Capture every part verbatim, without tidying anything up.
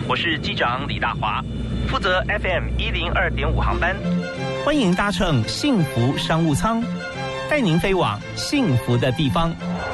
我是机长李大华，负责 F M 一零二点五航班。欢迎搭乘幸福商务舱，带您飞往幸福的地方。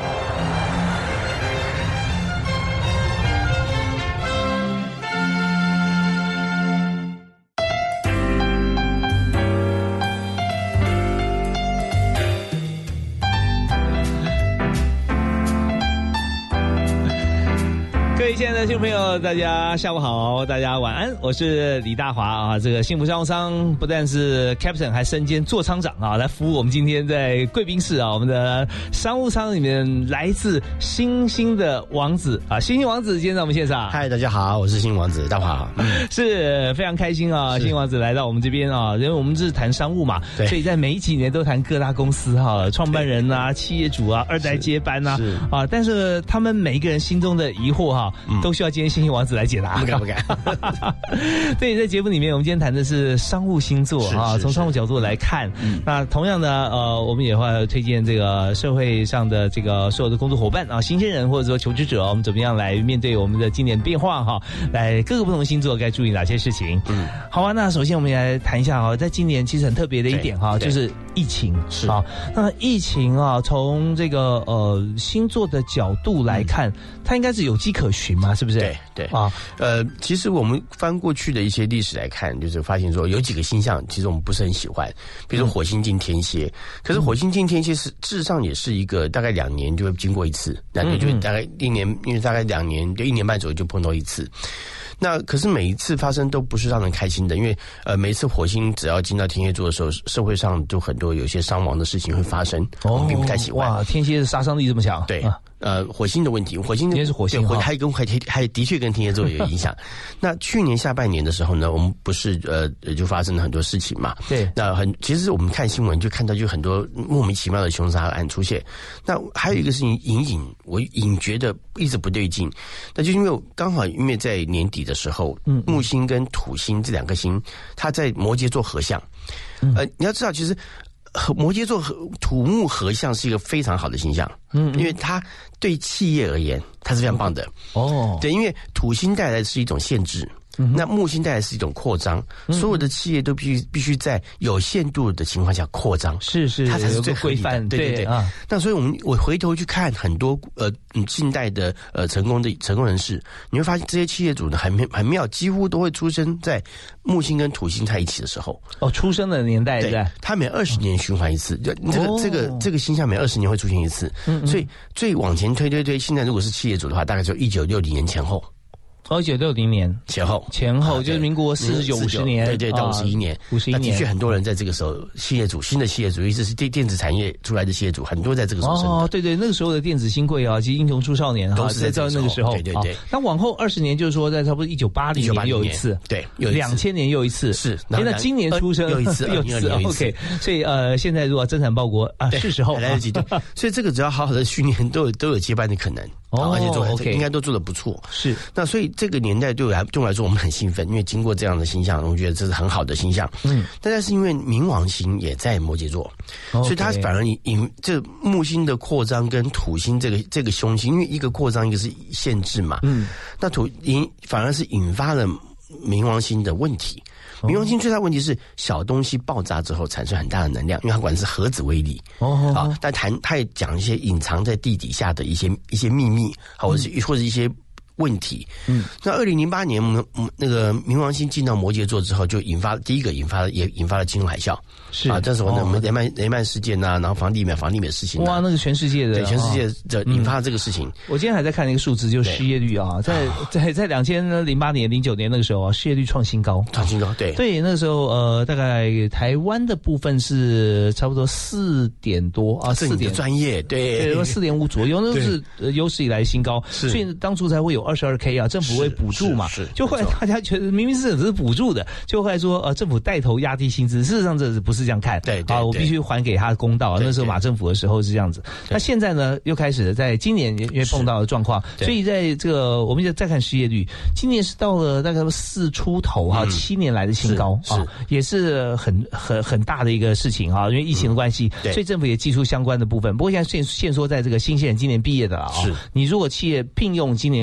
亲爱的听众朋友，大家下午好，大家晚安，我是李大华啊。这个幸福商务舱不但是 Captain， 还身兼座舱长啊，来服务我们今天在贵宾室啊，我们的商务舱里面来自星星的王子啊，星星王子今天在我们现场。 嗨，大家好，我是星星王子，大华好，嗯、 是非常开心啊，星星王子来到我们这边啊，因为我们是谈商务嘛，所以在每几年都谈各大公司哈、啊，创办人啊、企业主啊、二代接班啊啊，但是他们每一个人心中的疑惑哈、啊。嗯、都需要今天星星王子来解答。 不敢不敢。 对，在节目里面，我们今天谈的是商务星座啊，从商务角度来看。嗯、那同样呢，呃，我们也会推荐这个社会上的这个所有的工作伙伴啊，新鲜人或者说求职者，我们怎么样来面对我们的今年变化哈？来各个不同星座该注意哪些事情？嗯，好啊。那首先我们来谈一下哈，在今年其实很特别的一点哈，就是疫情是啊。那疫情啊，从这个呃星座的角度来看，嗯、它应该是有迹可循嘛，是不是？ 对对啊，呃，其实我们翻过去的一些历史来看，就是发现说有几个星象，其实我们不是很喜欢，比如说火星进天蝎，嗯、可是火星进天蝎是事实上也是一个大概两年就会经过一次，两年就大概一年，因为大概两年就一年半左右就碰到一次。那可是每一次发生都不是让人开心的，因为呃每一次火星只要进到天蝎座的时候，社会上就很多有些伤亡的事情会发生，哦、我们并不太喜欢。 哇，天蝎的杀伤力这么强？ 对。啊呃，火星的问题，火星应该是火星， 对，还跟还还的确跟天蝎座有影响。那去年下半年的时候呢，我们不是呃就发生了很多事情嘛？ 对。 那很其实我们看新闻就看到就很多莫名其妙的凶杀案出现。那还有一个事情隐隐我隐觉得一直不对劲，那就因为刚好因为在年底的时候，嗯，木星跟土星这两颗星它在摩羯座合相，嗯、呃，你要知道其实。摩羯座和土木合相是一个非常好的形象，嗯，因为它对企业而言，它是非常棒的哦。对，因为土星带来的是一种限制，嗯、那木星带来的是一种扩张，嗯、所有的企业都必须必须在有限度的情况下扩张， 是是， 它才是最合理的。 规范， 对对对啊。那所以我们我回头去看很多呃近代的呃成功的成功人士，你会发现这些企业主呢很很妙，几乎都会出生在木星跟土星在一起的时候。 哦，出生的年代对， 他每二十年循环一次，就这个、哦、这个这个星象每二十年会出现一次，嗯嗯，所以最往前推推推，现在如果是企业主的话，大概就一九六零年前后。 一九六零年前后， 前后就是民国四十九五十年， 对对，到五十一年， 五十一年。 那的确很多人在这个时候，企业主新的企业主，尤其是电电子产业出来的企业主，很多在这个时候生的。 哦，对对，那个时候的电子新贵啊，其实英雄出少年都是在那个时候。 对对对。 那往后二十年，就是说在差不多一九八零年又一次， 对， 两千年又一次， 是。 哎，那今年出生又一次， 又一次 ，OK。所以呃，现在如果增产报国啊，是时候来得及。对，所以这个只要好好的训练，都有都有接班的可能。哦，而且做 OK， 应该都做得不错。 是。那所以这个年代对我来对我来说，我们很兴奋，因为经过这样的星象，我觉得这是很好的星象。嗯。但是因为冥王星也在摩羯座，所以它反而引这木星的扩张跟土星这个这个凶星，因为一个扩张，一个是限制嘛。嗯。那土引反而是引发了冥王星的问题。冥王星最大的问题是小东西爆炸之后产生很大的能量，因为它管的是核子威力。哦，啊，但谈它也讲一些隐藏在地底下的一些一些秘密，或者是或者一些问题。嗯，那二零零八年，我们那个冥王星进到摩羯座之后，就引发第一个引发了也引发了金融海啸。是啊，这时候呢，我们雷曼雷曼事件呐、啊，然后房地美房地美事情、啊， 哇，那个全世界的， 对全世界的引发这个事情、嗯。我今天还在看那个数字，就是失业率啊，在在在两千零八年、零九年那个时候啊，失业率创新高， 创新高，对对，那个时候呃，大概台湾的部分是差不多四点多啊，四点专业对， 对，四点五左右，那是有史以来新高，所以当初才会有二十二 K 啊，政府会补助嘛，是，就后来大家觉得明明是只是补助的，就后来说呃，政府带头压低薪资，事实上这不是这样看， 对对。 啊，我必须还给他公道。那时候马政府的时候是这样子，那现在呢又开始在今年因为碰到了状况，所以在这个我们再看失业率，今年是到了大概四出头哈、啊，七年来的新高啊，也是很很很大的一个事情啊，因为疫情的关系，嗯、所以政府也祭出相关的部分。不过现在限限缩在这个新鲜人今年毕业的了啊，是你如果企业聘用今年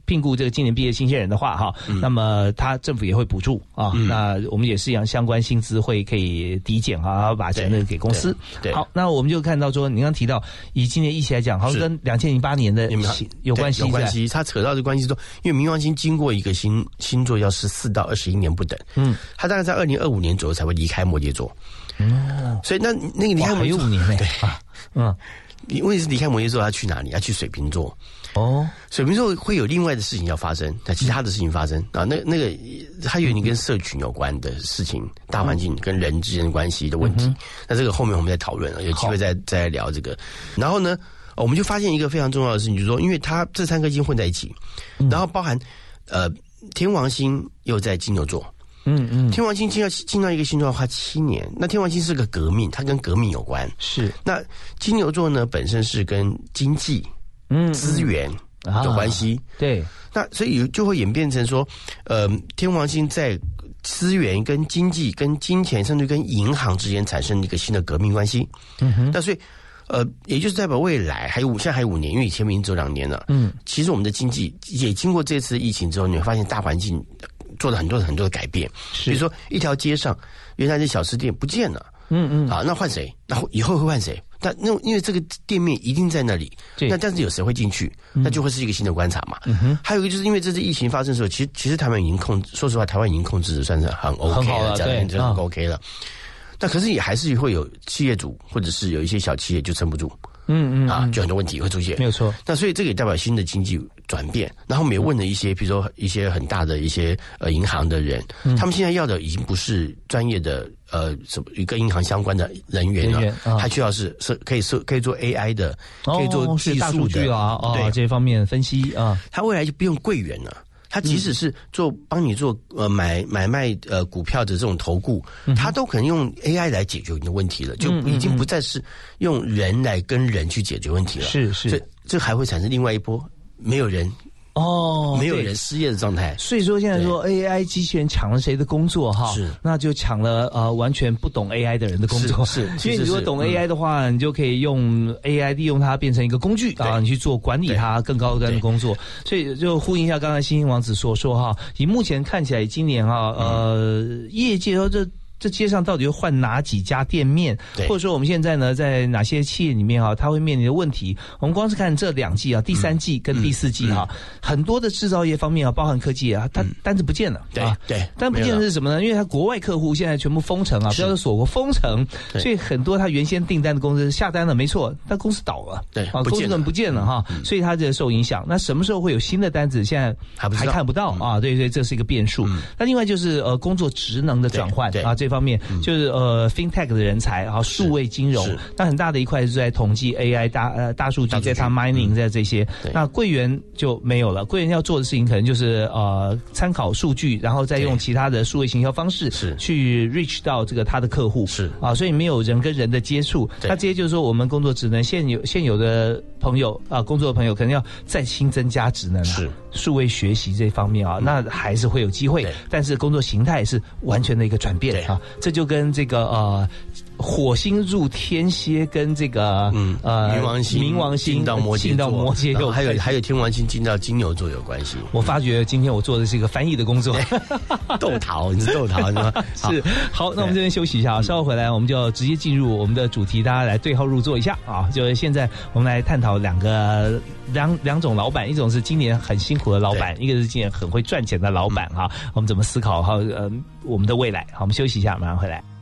聘雇这个今年毕业新鲜人的话哈，嗯、那么他政府也会补助啊，嗯、那我们也是一样，相关薪资会可以抵减啊，把钱呢给公司。好，那我们就看到说，你刚刚提到以今年疫情来讲，好像跟两千零八年的有关系， 有关系。他扯到的关系说，因为冥王星经过一个星星座要十四到二十一年不等，嗯，他大概在二零二五年左右才会离开摩羯座。嗯，所以那那个离开摩羯座还有五年呢， 对啊，嗯， 问题是离开摩羯座，他去哪里？他去水瓶座。哦，水瓶座会有另外的事情要发生，那其他的事情发生啊，那那个还有你跟社群有关的事情，大环境跟人之间的关系的问题。嗯、那这个后面我们再讨论了，有机会再再聊这个。然后呢，我们就发现一个非常重要的事情，就是说，因为它这三颗星混在一起，然后包含呃天王星又在金牛座。嗯嗯，天王星进到进到一个星座要花七年，那天王星是个革命，它跟革命有关。是，那金牛座呢本身是跟经济、嗯资源有关系。啊、对，那所以就会演变成说，呃，天王星在资源、跟经济、跟金钱，甚至跟银行之间产生一个新的革命关系。嗯哼，那所以。呃，也就是代表未来还有现在还有五年，因为以前已经走两年了。嗯，其实我们的经济也经过这次疫情之后，你会发现大环境做了很多很多的改变。比如说一条街上原来的小吃店不见了，嗯嗯，啊，那换谁？那以后会换谁？但那因为这个店面一定在那里，那但是有谁会进去？那就会是一个新的观察嘛。嗯哼，还有一个就是因为这次疫情发生的时候，其实其实台湾已经控制，说实话，台湾已经控制的算是很 OK 了，这样就很 OK 了。那可是也还是会有企业主或者是有一些小企业就撑不住，嗯嗯啊，就很多问题会出现，没有错。那所以这个也代表新的经济转变。然后我们也问了一些，比如说一些很大的一些呃银行的人，嗯、他们现在要的已经不是专业的呃什么跟银行相关的人员了，员啊、他需要是是可以是可以做 A I 的，哦、可以做技术的大数据啊，哦、对这方面分析啊，他未来就不用柜员了。他即使是做帮你做呃买买卖呃股票的这种投顾，他都可能用 A I 来解决你的问题了，就已经不再是用人来跟人去解决问题了。是是，这这还会产生另外一波没有人。哦，没有人失业的状态，所以说现在说 A I 机器人抢了谁的工作哈？是，那就抢了呃完全不懂 A I 的人的工作。是，是因为你如果懂 A I 的话，嗯、你就可以用 A I 利用它变成一个工具啊，你去做管理它更高端的工作。所以就呼应一下刚才星星王子所说哈，以目前看起来今年啊呃、嗯、业界说这。这街上到底会换哪几家店面，或者说我们现在呢，在哪些企业里面啊，它会面临的问题？我们光是看这两季啊，第三季跟第四季哈、啊，嗯嗯、很多的制造业方面啊，包含科技啊，它单子不见了，对、啊、对，但不见的是什么呢？因为它国外客户现在全部封城啊，不要说锁国封城，所以很多它原先订单的公司下单了，没错，但公司倒了，对啊，公司人不见了哈，嗯、所以它这受影响。那什么时候会有新的单子？现在还还看不到、嗯、啊，对对，这是一个变数。嗯、那另外就是呃，工作职能的转换啊，这方面就是呃 ，FinTech 的人才啊，数位金融，那很大的一块是在统计 A I 大呃大数据 data mining 在这些。嗯、那柜员就没有了，柜员要做的事情可能就是呃参考数据，然后再用其他的数位行销方式去 reach 到这个他的客户。是啊，所以没有人跟人的接触。那这些就是说我们工作职能现有现有的朋友啊，工作的朋友可能要再新增加职能，是数位学习这方面啊，嗯、那还是会有机会，但是工作形态是完全的一个转变啊，这就跟这个呃火星入天蝎跟这个嗯呃冥王星冥王星进到摩羯进到摩羯座，还有还有天王星进到金牛座有关系。我发觉今天我做的是一个翻译的工作，豆桃，你是豆桃是吗？是。好，那我们这边休息一下啊，稍后回来我们就直接进入我们的主题，大家来对号入座一下啊。就是现在我们来探讨两个两两种老板，一种是今年很辛苦的老板，一个是今年很会赚钱的老板哈、嗯。我们怎么思考哈呃我们的未来？好，我们休息一下，马上回来。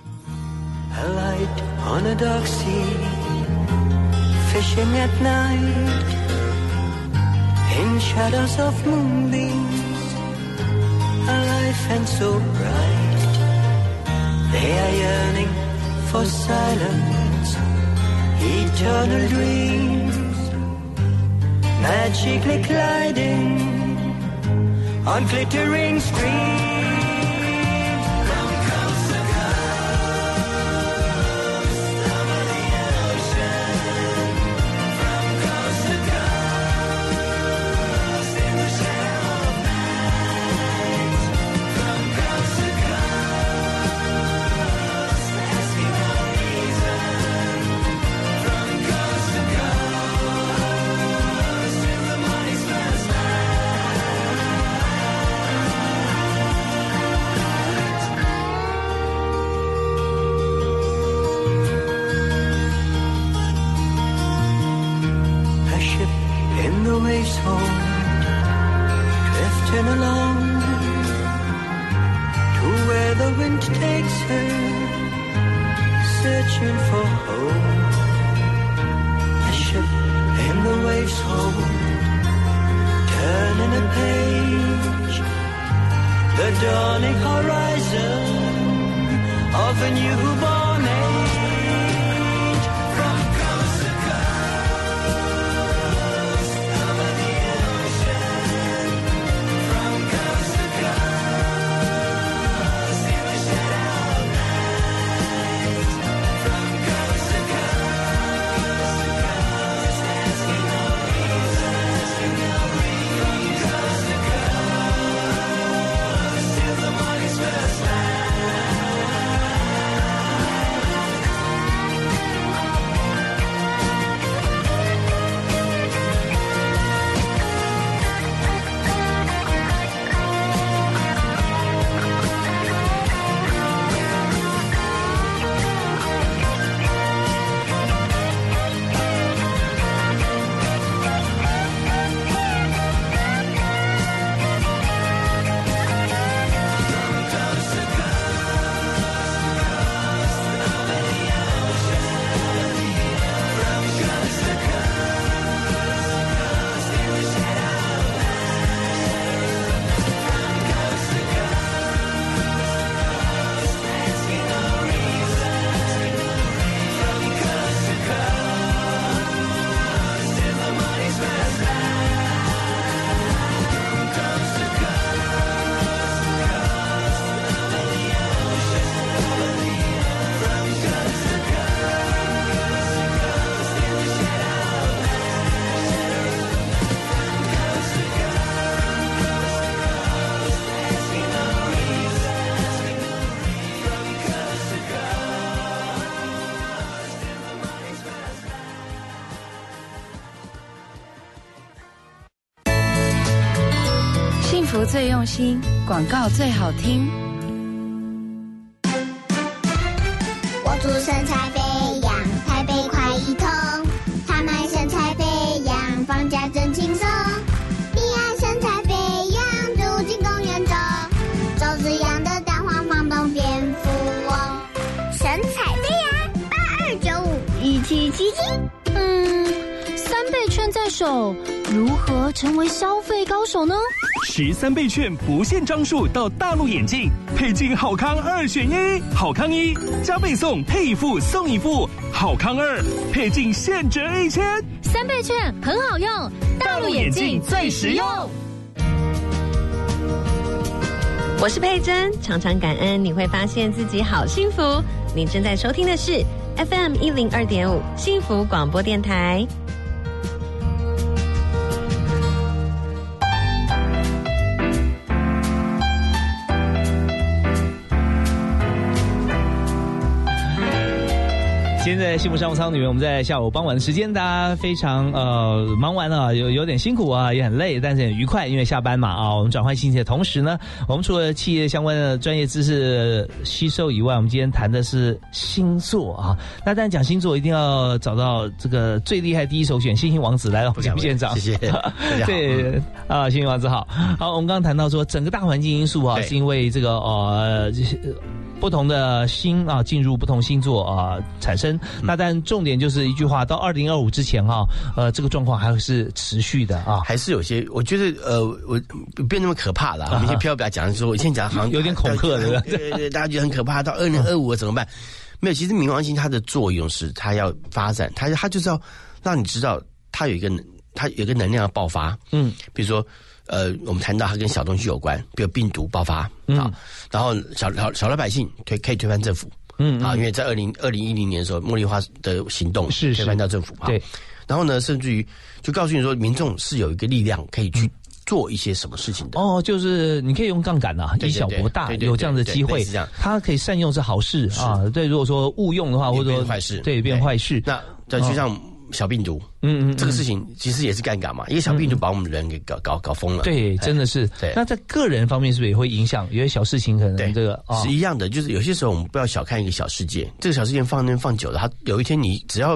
A light on a dark sea, fishing at night, in shadows of moonbeams, alive and so bright. They are yearning for silence, eternal dreams, magically gliding on glittering streams. in the waves home, drifting along to where the wind takes her, searching for home. A ship in the waves home, turning a page, the dawning horizon of a newborn age. From coast to coast, over the ocean. From coast to coast, in the shadow of night. From coast to coast, asking no reason, asking no reason. From coast to coast, till the morning's first light. 幸福最用心，广告最好听。 我祝身材飞扬，台北快一通。他们身材飞扬，放假真轻松。你爱身材飞扬，住进公园中，周子阳的蛋黄房东蝙蝠翁。神采飞扬，八二九五一七七七。 嗯，三倍券在手，如何成为消费高手呢？ 十三倍券不限张数到大陆眼镜，配镜好康二选一，好康一加倍送配一副送一副，好康二配镜现折一千。 三倍券很好用，大陆眼镜最实用。 我是佩珍，常常感恩你会发现自己好幸福。你正在收听的是 F M 一零二点五幸福广播电台。 今天在幸福商务舱里面，我们在下午傍晚的时间，大家非常呃忙完了，有有点辛苦啊，也很累，但是很愉快，因为下班嘛啊，我们转换心情的同时呢，我们除了企业相关的专业知识吸收以外，我们今天谈的是星座啊。那当然讲星座一定要找到这个最厉害第一首选星星王子来到我们节目现场， 谢谢。 对啊，星星王子好。好，我们刚刚谈到说整个大环境因素啊，是因为这个呃。不同的星啊进入不同星座啊产生，嗯、那但重点就是一句话，到二零二五之前哈、啊，呃，这个状况还是持续的啊， 还是有些，我觉得呃，我不要那么可怕了。我们先不要不要讲说，我现在讲好像有点恐吓的， 对对对，大家觉得很可怕。到二零二五怎么办？没有，其实冥王星它的作用是它要发展，它它就是要让你知道它有一个它有一个能量要爆发，嗯，比如说。呃，我们谈到它跟小东西有关，比如病毒爆发啊、嗯，然后小小小老百姓推可以推翻政府，嗯啊，因为在二零二零一零年的时候，茉莉花的行动是推翻掉政府啊，对，然后呢，甚至于就告诉你说，民众是有一个力量可以去做一些什么事情的。 哦，就是你可以用杠杆啊，以小博大，对对对对有这样的机会， 是这样， 它可以善用是好事啊，对，如果说误用的话，或者说坏事， 对，变坏事， 那再就像。小病毒，嗯嗯，这个事情其实也是尴尬嘛，一个小病毒把我们人给搞搞搞疯了。 对，真的是。对，那在个人方面是不是也会影响？有些小事情可能这个、 哦、是一样的，就是有些时候我们不要小看一个小事件，这个小事件放那边放久了，它有一天你只要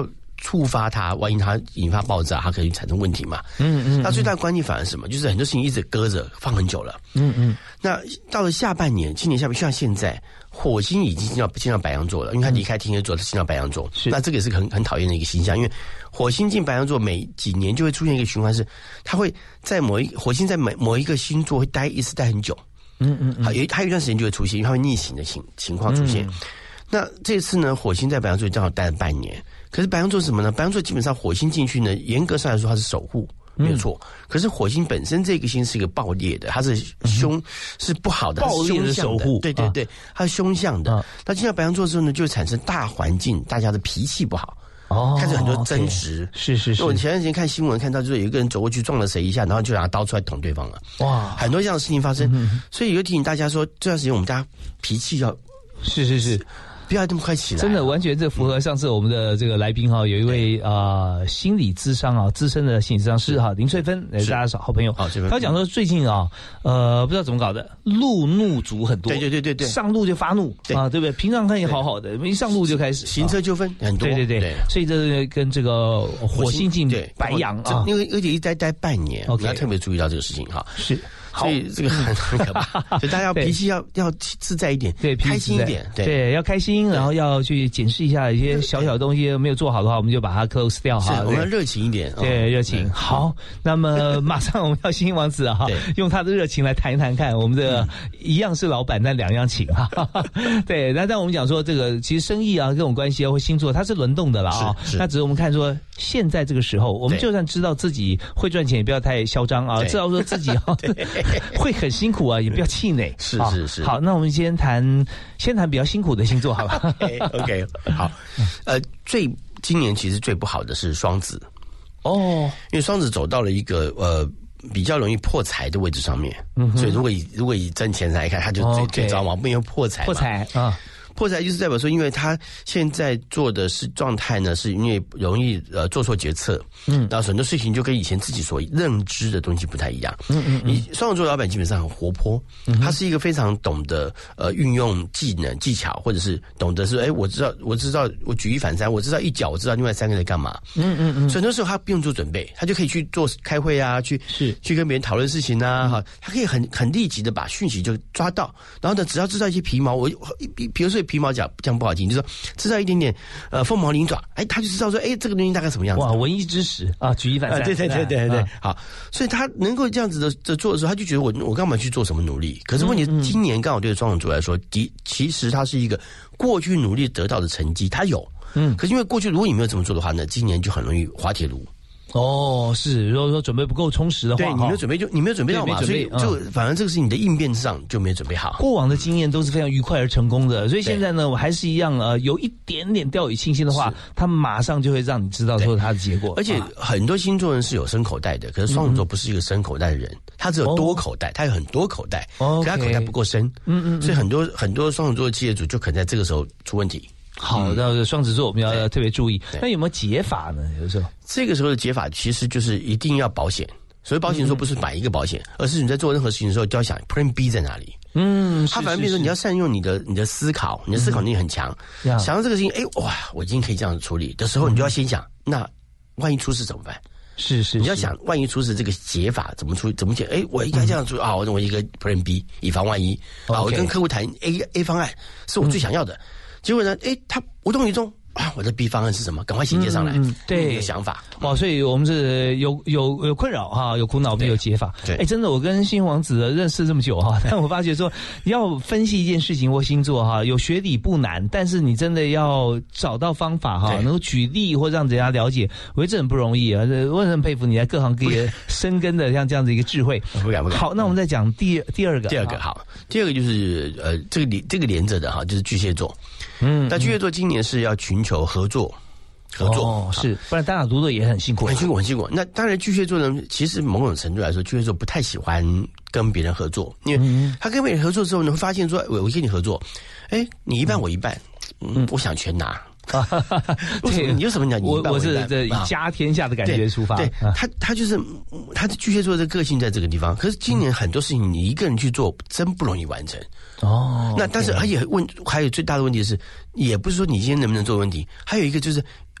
触发它，万一它引发爆炸，它可以产生问题嘛。 嗯嗯。 那最大的关键反而是什么？就是很多事情一直搁着放很久了。 嗯嗯。 那到了下半年，今年下半年，像现在，火星已经进到进到白羊座了，因为它离开天蝎座，它进到白羊座。是。那这个也是很很讨厌的一个形象，因为火星进白羊座，每几年就会出现一个循环，是它会在某一火星在某某一个星座会待一次待很久。嗯嗯嗯。好，有它有一段时间就会出现，因为它会逆行的情情况出现。嗯、那这次呢，火星在白羊座正好待了半年。可是白羊座是什么呢？白羊座基本上火星进去呢，严格上来说它是守护。没有错，可是火星本身这个星是一个暴烈的，它是凶、嗯、是不好的， 暴烈的守护， 对对对，它是凶相的。那进到白羊座之后呢，就会产生大环境，大家的脾气不好，哦，开始很多争执。 是是是。 我前段时间看新闻看到，就是有一个人走过去撞了谁一下，然后就拿刀出来捅对方了。哇，很多这样的事情发生，嗯、所以有提醒大家说，这段时间我们大家脾气要， 是是是。 不要这么快起来， 真的完全这符合上次我们的这个来宾哈，有一位啊、呃、心理咨商啊资深的心理咨商师哈林翠芬，大家是好朋友。好，他讲说最近啊呃不知道怎么搞的，路怒族很多， 对对对对对， 上路就发怒啊，对不对？平常看也好好的，一上路就开始行车纠纷很多， 对对对，所以这跟这个火星进白羊啊， 因为而且一待待半年，你要特别注意到这个事情哈。 是。 所以这个很很可怕，所以大家要脾气要要自在一点， 对， 开心一点， 对，对，要开心，然后要去检视一下一些小小的东西没有做好的话，我们就把它 close 掉哈。 我们要热情一点， 对，热情。好，那么马上我们要星星王子哈，用他的热情来谈一谈看，我们的一样是老板，但两样情哈。对，那但我们讲说这个其实生意啊各种关系啊或星座它是轮动的了啊，那只是我们看说现在这个时候，我们就算知道自己会赚钱，也不要太嚣张啊，知道说自己哈会很辛苦啊，也不要气馁。 是是是。 好，那我们先谈先谈比较辛苦的星座，好吧 ？OK OK， 好。呃，最今年其实最不好的是双子哦，因为双子走到了一个呃比较容易破财的位置上面，嗯，所以如果以如果以挣钱来看，他就最、哦 okay、最糟嘛，没有破财， 破财啊。 破财就是代表说，因为他现在做的是状态呢，是因为容易呃做错决策，嗯，然后很多事情就跟以前自己所认知的东西不太一样，嗯嗯，你双子座老板基本上很活泼，嗯，他是一个非常懂得呃运用技能技巧，或者是懂得是哎我知道我知道我举一反三，我知道一脚我知道另外三个在干嘛，嗯嗯嗯，所以很多时候他不用做准备，他就可以去做开会啊，去是去跟别人讨论事情啊，哈、嗯，他可以很很立即的把讯息就抓到，然后呢，只要知道一些皮毛，我比比如说。皮毛讲讲不好听，就是说知道一点点呃凤毛麟爪，哎，他就知道说，哎，这个东西大概什么样子。 哇，文艺知识啊，举一反三。 啊、对对对对对对，啊、好，所以他能够这样子的的做的时候，他就觉得我我干嘛去做什么努力？可是问题，嗯嗯今年刚好对双子座来说，的其实他是一个过去努力得到的成绩，他有，嗯，可是因为过去如果你没有这么做的话呢，今年就很容易滑铁卢。 哦，是，如果说准备不够充实的话， 对你没有准备就你没有准备到嘛，所以就反而这个是你的应变上就没有准备好。 过往的经验都是非常愉快而成功的，所以现在呢，我还是一样呃，有一点点掉以轻心的话，他马上就会让你知道说他的结果。 而且很多星座人是有深口袋的，可是双子座不是一个深口袋的人，嗯、他只有多口袋，他有很多口袋，可他口袋不够深，嗯嗯，所以很多很多双子座的企业主就可能在这个时候出问题。 好，那双子座我们要特别注意。那有没有解法呢？有时候这个时候的解法其实就是一定要保险。所谓保险说不是买一个保险，嗯、而是你在做任何事情的时候就要想 Plan B 在哪里。嗯，他反而变成说你要善用你的你的思考，你的思考能力很强。嗯、想到这个事情，哎哇，我今天可以这样子处理的时候，你就要先想，嗯、那万一出事怎么办？ 是 是, 是， 你要想万一出事这个解法怎么出怎么解？哎，我应该这样做、嗯、啊，我我一个 Plan B 以防万一。啊， okay, 我跟客户谈 A A 方案是我最想要的。嗯结果呢？哎，他无动于衷啊！我的 B 方案是什么？赶快衔接上来。嗯，对，有想法哇！所以我们是有有有困扰哈，有苦恼，我们有解法。对，哎，真的，我跟星王子认识这么久哈，但我发觉说，要分析一件事情或星座哈，有学理不难，但是你真的要找到方法哈，能够举例或让人家了解，我觉得这很不容易啊！我很佩服你在各行各业深耕的像这样子一个智慧。 不敢不敢。 好，那我们再讲第第二个。 第二个好，第二个就是呃，这个连这个连着的哈，就是巨蟹座。嗯，那巨蟹座今年是要寻求合作，合作、 哦、是，不然单打独斗也很辛苦， 很辛苦，很辛苦。那当然，巨蟹座呢，其实某种程度来说，巨蟹座不太喜欢跟别人合作，因为他跟别人合作之后，你会发现说，我我跟你合作，哎，你一半我一半，嗯，我想全拿。对，你有什么讲？ 我我是这以家天下的感觉出发。 对，对他他就是他的巨蟹座的个性在这个地方。可是今年很多事情你一个人去做，真不容易完成。哦，那但是而且问还有最大的问题是，也不是说你今天能不能做问题，还有一个就是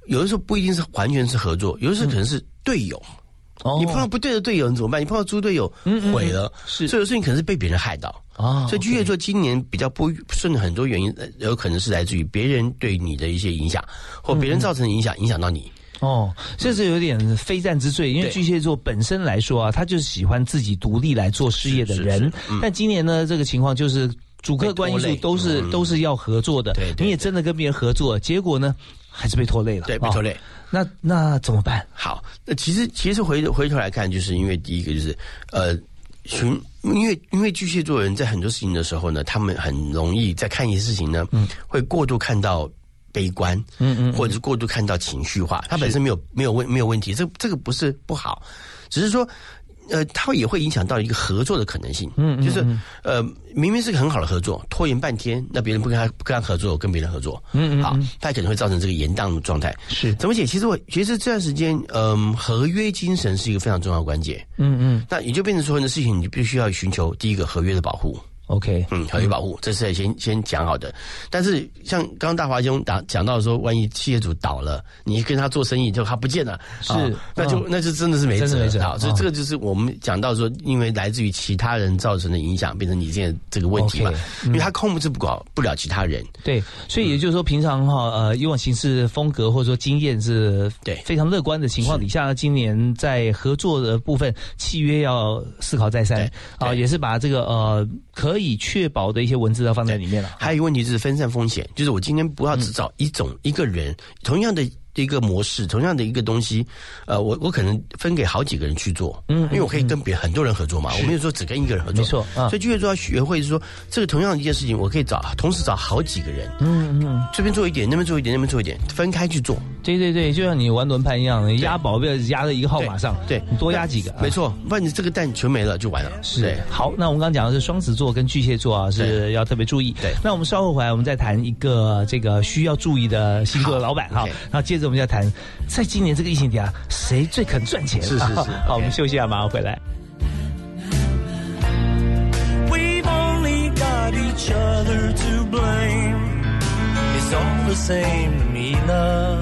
有的时候不一定是完全是合作，有的时候可能是队友。哦，你碰到不对的队友你怎么办？你碰到猪队友，毁了，嗯嗯、是，所以有时候你可能是被别人害到啊。所以巨蟹座今年比较不顺的很多原因，有可能是来自于别人对你的一些影响，或别人造成的影响，影响到你。 哦，这是有点非战之罪，因为巨蟹座本身来说啊，他就是喜欢自己独立来做事业的人。是是是嗯、但今年呢，这个情况就是主客观因素都是、嗯、都是要合作的，对对对，你也真的跟别人合作，结果呢还是被拖累了， 对，被拖累。哦， 那那怎么办？ 好，那其实其实回回头来看，就是因为第一个就是呃，群，因为因为巨蟹座人在很多事情的时候呢，他们很容易在看一些事情呢，嗯，会过度看到悲观，嗯嗯，或者是过度看到情绪化，他本身没有没有问没有问题，这这个不是不好，只是说。呃，它也会影响到一个合作的可能性。嗯，就是呃，明明是个很好的合作，拖延半天，那别人不跟他不跟他合作，跟别人合作，嗯嗯，好，它可能会造成这个延宕的状态。是怎么解？其实我其实这段时间，嗯、呃，合约精神是一个非常重要的关键。嗯嗯，那也就变成说很多事情，你必须要寻求第一个合约的保护。OK， 嗯，合约保护，这是先先讲好的。但是像刚刚大华兄讲讲到说，万一企业主倒了，你跟他做生意就他不见了，是，啊、那就、哦、那就真的是没辙了。所以这个就是我们讲到说，因为来自于其他人造成的影响，变成你现在这个问题嘛， okay, 嗯、因为他控制不了不了其他人。对，所以也就是说，平常哈呃以往行事风格或者说经验是对非常乐观的情况底下，今年在合作的部分契约要思考再三啊，也是把这个呃可。可以确保的一些文字要放在里面了。还有一个问题就是分散风险，就是我今天不要只找一种、嗯、一个人，同样的一个模式，同样的一个东西，呃，我我可能分给好几个人去做，嗯，因为我可以跟别很多人合作嘛，我没有说只跟一个人合作，没错，啊、所以巨蟹座要学会是说，这个同样的一件事情，我可以找同时找好几个人，嗯嗯，这边做一点，那边做一点，那边做一点，分开去做。对对对，就像你玩轮盘一样，压宝不要压在一个号码上，对，你多压几个，没错，不然你这个蛋全没了就完了。是，好，那我们刚刚讲的是双子座跟巨蟹座啊，是要特别注意。对，那我们稍后回来，我们再谈一个这个需要注意的星座的老板哈，然后接着我们要谈，在今年这个疫情底下，谁最肯赚钱？是是是。好，我们休息一下，马上回来。We've only got each other to blame. It's all the same to me, love.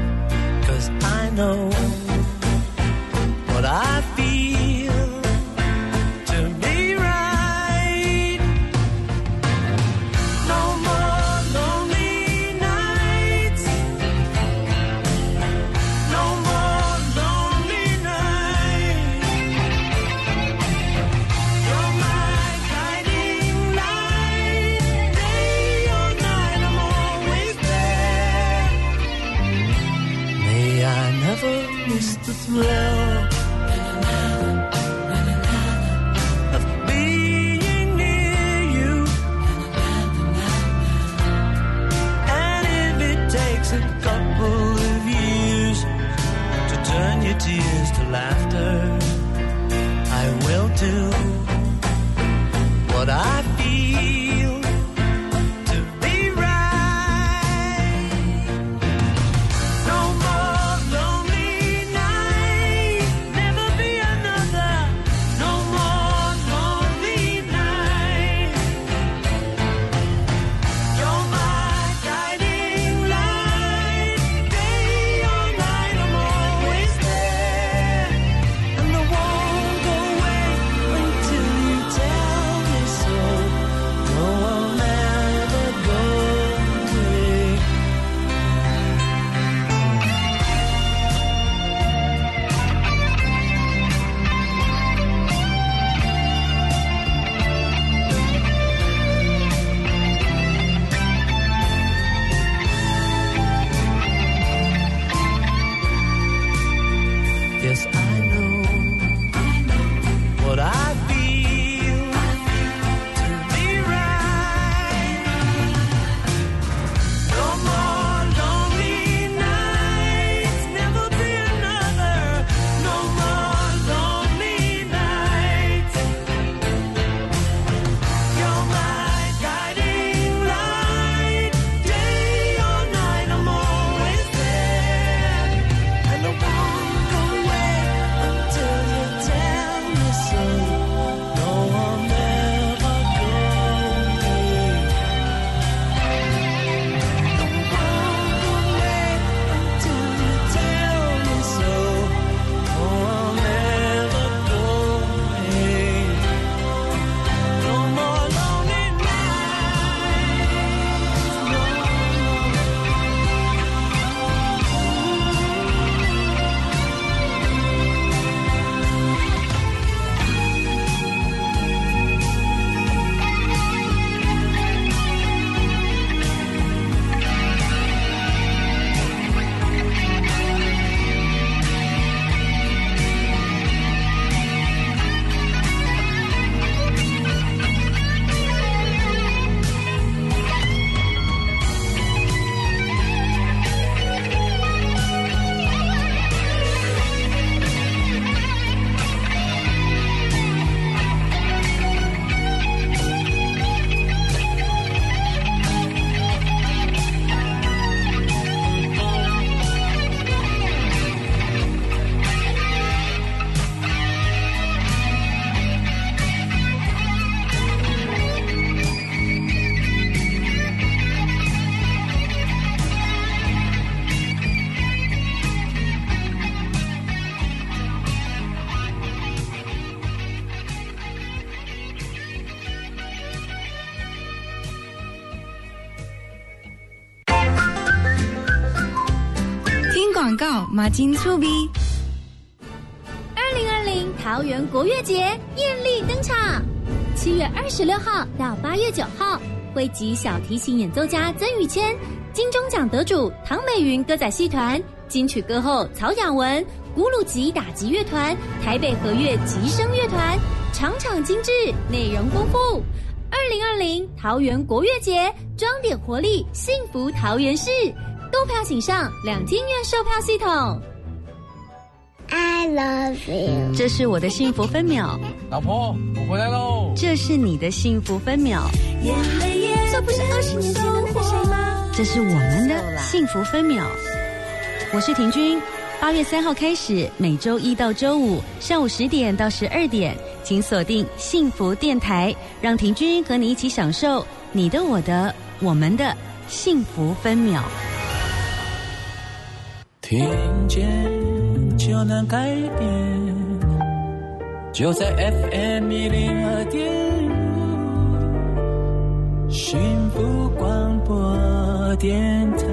'Cause I know what I feel to be right. No more lonely nights. No more lonely nights. You're my guiding light. Day or night, I'm always there. May I never miss the thrill of being near you. And if it takes a couple of years to turn your tears to laughter, I will do what I feel to be right. No more lonely nights, never be another. No more lonely nights. You're my guiding light. Day or night, I'm always there. And I won't go away until you tell me so. No, I'll never go away. Yes, I know what I feel to be right. No more lonely nights, never be another. No more lonely nights. You're my guiding light. Day or night, I'm always there. And I won't go away 告马金粗逼。 二零二零桃园国乐节艳丽登场，七月二十六号到八月九号，汇集小提琴演奏家曾宇谦、金钟奖得主唐美云歌仔戏团、金曲歌后曹雅文、古鲁吉打击乐团、台北和乐吉声乐团，场场精致，内容丰富。二零二零桃园国乐节，装点活力，幸福桃园市。购票请上两厅院售票系统。 I love you。 这是我的幸福分秒， 老婆，我回来喽。 这是你的幸福分秒， 这不是二十年前的那个谁吗？ 这是我们的幸福分秒。我是婷君，八月三号开始，每周一到周五上午十点到十二点，请锁定幸福电台，让婷君和你一起享受你的、我的、我们的幸福分秒。 听见就能改变，就在 F M 一零二点五，幸福广播电台。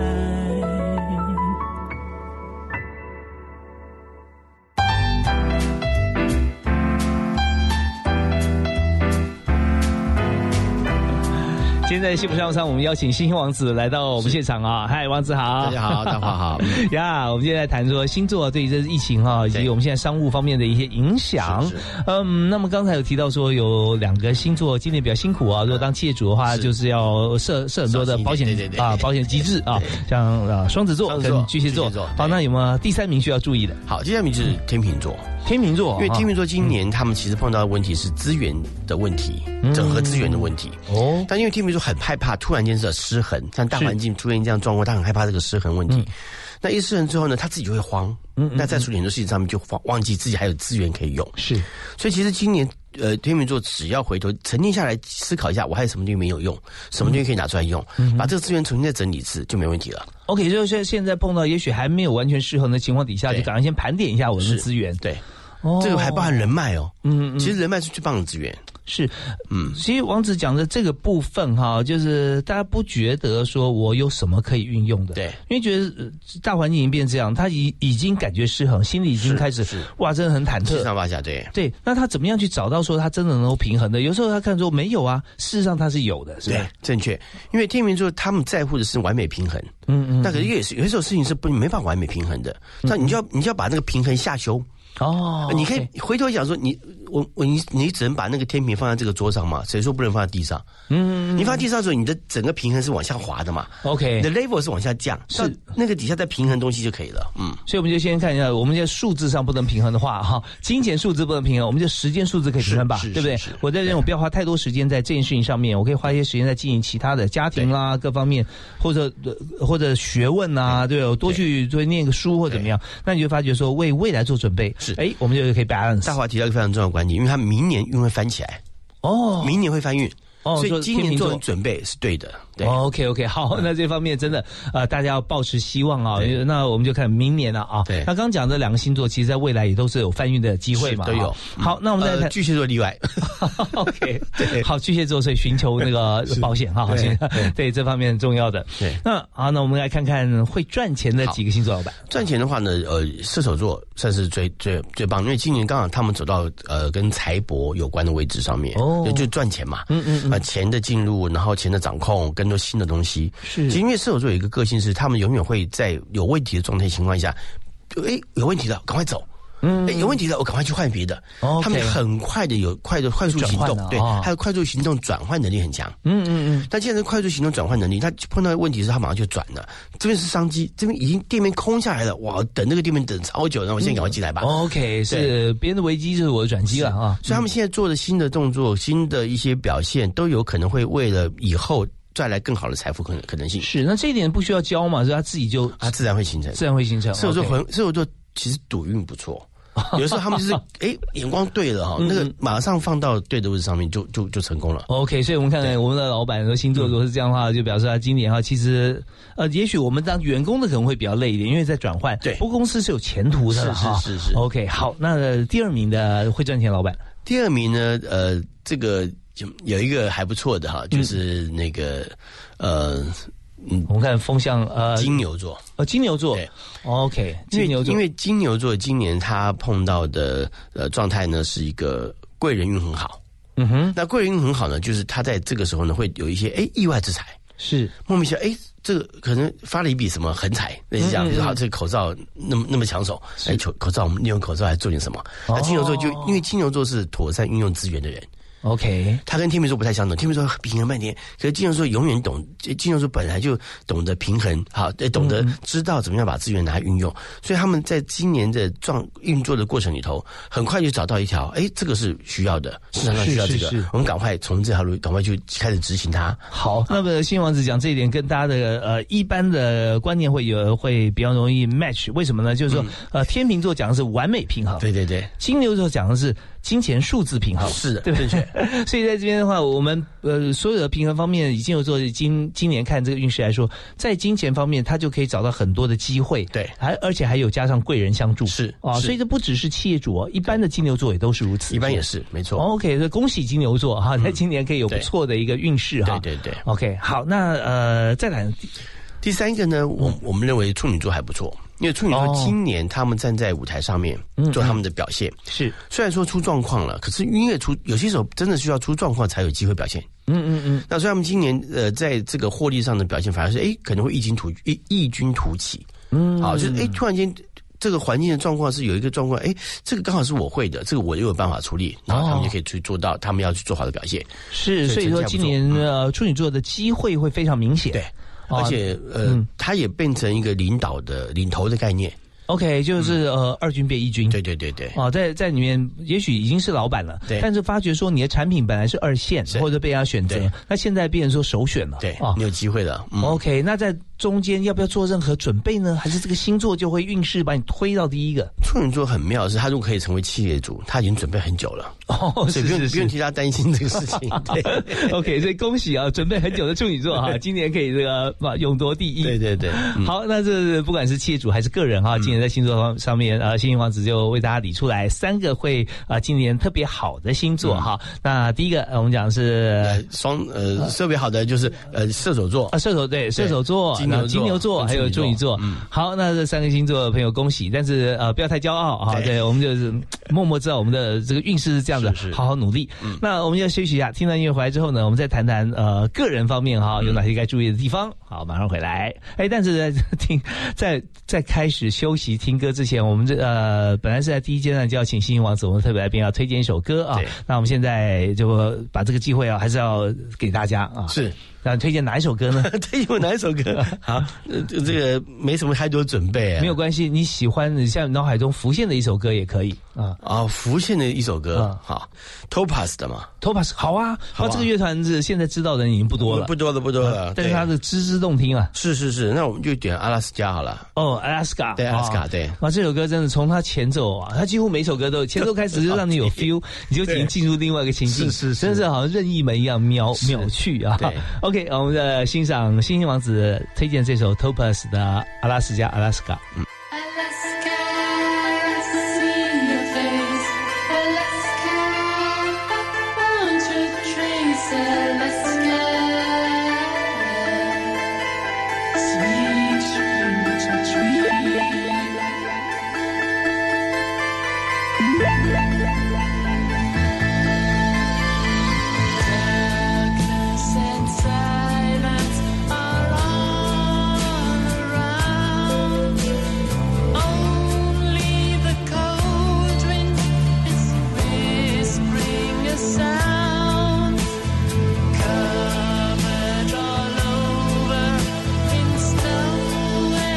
现在幸福商务舱，我们邀请星星王子来到我们现场啊！嗨，王子好， 大家好，大家好呀！我们现在谈说星座对于这疫情哈、啊，以及我们现在商务方面的一些影响。嗯，那么刚才有提到说有两个星座今年比较辛苦啊，如果当企业主的话，就是要设设很多的保险对对对啊保险机制啊，像啊双子座跟巨蟹座。好，那有没有第三名需要注意的？ 好，第三名就是天秤座。 天秤座， 因为天秤座今年他们其实碰到的问题是资源的问题， 嗯、 整合资源的问题。 哦， 但因为天秤座很害怕突然间是失衡，像大环境出现这样状况，他很害怕这个失衡问题。嗯、那一失衡之后呢，他自己就会慌。嗯, 嗯, 嗯，那在处理很多事情上面就忘忘记自己还有资源可以用。是，所以其实今年呃天秤座只要回头沉淀下来思考一下，我还有什么东西没有用，什么东西可以拿出来用，嗯、把这个资源重新再整理一次就没问题了。 OK， 就是现在碰到也许还没有完全失衡的情况底下，就赶快先盘点一下我的资源。 对。哦、这个还包含人脉哦，嗯嗯，其实人脉是最棒的资源。 是，嗯，其实王子讲的这个部分哈，就是大家不觉得说我有什么可以运用的， 对， 因为觉得、呃、大环境已经变这样，他已已经感觉失衡，心里已经开始哇，真的很忐忑， 七上八下，对对。那他怎么样去找到说他真的能够平衡的？有时候他看说没有啊，事实上他是有的，是吧？ 对，正确。因为天秤座他们在乎的是完美平衡，嗯嗯，那可是也是有些时候事情是不没办法完美平衡的，那、嗯、你就要你就要把那个平衡下修。哦，你可以回头讲说你我我你你只能把那个天平放在这个桌上嘛？谁说不能放在地上？嗯，你放在地上的时候，你的整个平衡是往下滑的嘛 ？OK， 你的 level 是往下降，是那个底下再平衡东西就可以了。嗯， 所以我们就先看一下，我们现在数字上不能平衡的话，哈，金钱数字不能平衡，我们就时间数字可以平衡吧？对不对？我在这我不要花太多时间在这件事情上面，我可以花一些时间在经营其他的家庭啦，各方面或者或者学问啊，对，我多去多念个书或怎么样，那你就发觉说为未来做准备。是，哎，我们就可以 balance。 大华提到一个非常重要的观点，因为他明年运会翻起来，哦，明年会翻运。哦，所以今年做准备是对的。对 ，OK OK， 好，那这方面真的呃，大家要抱持希望啊。那我们就看明年了啊。对，那刚刚讲的两个星座，其实在未来也都是有翻运的机会嘛， 都有。 好，那我们再看、 呃、巨蟹座例外。 OK， 对，好，巨蟹座所以寻求那个保险哈，好，对, 对, 对这方面很重要的。对，那好，那我们来看看会赚钱的几个星座老板。 赚钱的话呢，呃，射手座算是最最最棒，因为今年刚好他们走到呃跟财帛有关的位置上面，哦，就赚钱嘛，嗯嗯嗯，呃，钱的进入，然后钱的掌控，更多新的东西。是，其实因为射手座有一个个性是，他们永远会在有问题的状态情况下，哎，有问题了，赶快走。嗯，有问题的，我赶快去换别的。哦，他们很快的有快的快速行动，对，哦、还有快速行动转换能力很强。嗯嗯嗯。但现在快速行动转换能力，他碰到问题是他马上就转了。这边是商机，这边已经店面空下来了，哇，等那个店面等超久，那我现在赶快进来吧。 嗯、OK， 是别人的危机就是我的转机了啊。 所以他们现在做的新的动作、新的一些表现，都有可能会为了以后带来更好的财富可能可能性。 是，那这一点不需要教嘛，所以他自己就他自然会形成， 自然会形成。 射手座很射手座其实赌运不错。有的时候他们就是哎眼光对了哈，那个马上放到对的位置上面就就就成功了。 OK， 所以我们看看我们的老板和星座如果是这样的话，就表示他今年哈其实呃，也许我们当员工的可能会比较累一点，因为在转换。对，不过公司是有前途的哈。是是是是。OK， 好，那第二名的会赚钱老板。 第二名呢，呃，这个有一个还不错的哈，就是那个呃。 嗯， 我们看风向呃金牛座， 呃金牛座， 对 ，OK， 金牛座， 因为因为金牛座今年他碰到的呃状态呢是一个贵人运很好， 嗯哼， 那贵人运很好呢，就是他在这个时候呢会有一些哎意外之财， 是莫名其妙哎。这个可能发了一笔什么横财，类似这样，比如好，这个口罩那么那么抢手，哎，口口罩我们利用口罩来做点什么？那金牛座就因为金牛座是妥善运用资源的人。 OK， 他跟天秤座不太相同，天秤座平衡半天，可是金牛座永远懂，金牛座本来就懂得平衡，好，懂得知道怎么样把资源拿来运用，所以他们在今年的状运作的过程里头，很快就找到一条，哎，这个是需要的，市场上需要这个，我们赶快从这条路赶快就开始执行它。 好，那么新王子讲这一点跟大家的呃一般的观念会有会比较容易 match， 为什么呢？就是说、嗯、呃天秤座讲的是完美平衡， 对对对， 金牛座讲的是金钱数字平衡， 是的， 对不对？所以在这边的话，我们呃所有的平衡方面，以金牛座今今年看这个运势来说，在金钱方面，他就可以找到很多的机会， 对， 还而且还有加上贵人相助， 是啊，所以这不只是企业主哦，一般的金牛座也都是如此， 一般也是没错。 OK， 所以恭喜金牛座哈，在今年可以有不错的一个运势哈、 嗯。对对对 ，OK， 好，那呃再来第三个呢，我我们认为处女座还不错。因为处女座今年他们站在舞台上面做他们的表现， 是虽然说出状况了，可是因为出有些时候真的需要出状况才有机会表现。 嗯嗯嗯。 那所以他们今年呃在这个获利上的表现反而是哎可能会异军突异异军突起。嗯，好，就是哎突然间这个环境的状况是有一个状况，哎这个刚好是我会的，这个我又有办法处理，然后他们就可以去做到他们要去做好的表现。 是，所以说今年呃处女座的机会会非常明显。 对。而且，呃，嗯、它也变成一个领导的领头的概念。 OK， 就是呃，二军变一军。 对对对对。 哦，在在里面，也许已经是老板了， 对。 但是发觉说你的产品本来是二线，或者被人家选择，那现在变成说首选了。 对，哦，你有机会了。 嗯、OK， 那在中间要不要做任何准备呢？还是这个星座就会运势把你推到第一个？ 处女座很妙的是，他如果可以成为企业主，他已经准备很久了。 哦， 所以不用不用替他担心这个事情。对 ，OK， 所以恭喜啊，准备很久的处女座哈，今年可以这个啊勇夺第一。 对对对。 嗯、好，那这不管是企业主还是个人哈，今年在星座方上面，呃，星星王子就为大家理出来三个会啊、呃、今年特别好的星座哈、嗯。那第一个我们讲是双呃特别好的就是呃射手座啊，射手对射手座， 金牛座、 金牛座还有处女座。嗯，好，那这三个星座的朋友恭喜，但是呃不要太骄傲啊。对，对我们就是默默知道我们的这个运势是这样的，好好努力。嗯，那我们要休息一下，听到音乐回来之后呢，我们再谈谈呃个人方面哈有哪些该注意的地方。好，马上回来。哎，但是在听在在开始休息听歌之前，我们这呃本来是在第一阶段就要请星星王子我们特别来宾要推荐一首歌啊。那我们现在就把这个机会啊还是要给大家啊。 是。 那推荐哪一首歌呢？ 推荐哪一首歌？好，呃，这个没什么太多准备啊。 没有关系，你喜欢像脑海中浮现的一首歌也可以啊。 啊，浮现的一首歌，啊、好 ，Topaz 的嘛 ，Topaz 好啊。好啊，这个乐团是现在知道的人已经不多了， 不多了，不多了。 啊、但是它的吱吱动听啊。 是是是，那我们就点阿拉斯加好了。 哦，阿拉斯加， 对，阿拉斯加，对。 啊，这首歌真的从它前奏啊，它几乎每首歌都前奏开始就让你有 feel， 你就已经进入另外一个情境， 是是是， 真是好像任意门一样秒秒去啊。 对 ，OK， 我们的。欣赏星星王子推荐这首 Topaz 的阿拉斯加阿拉斯加。嗯。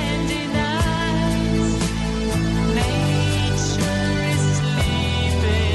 Nature is sleeping.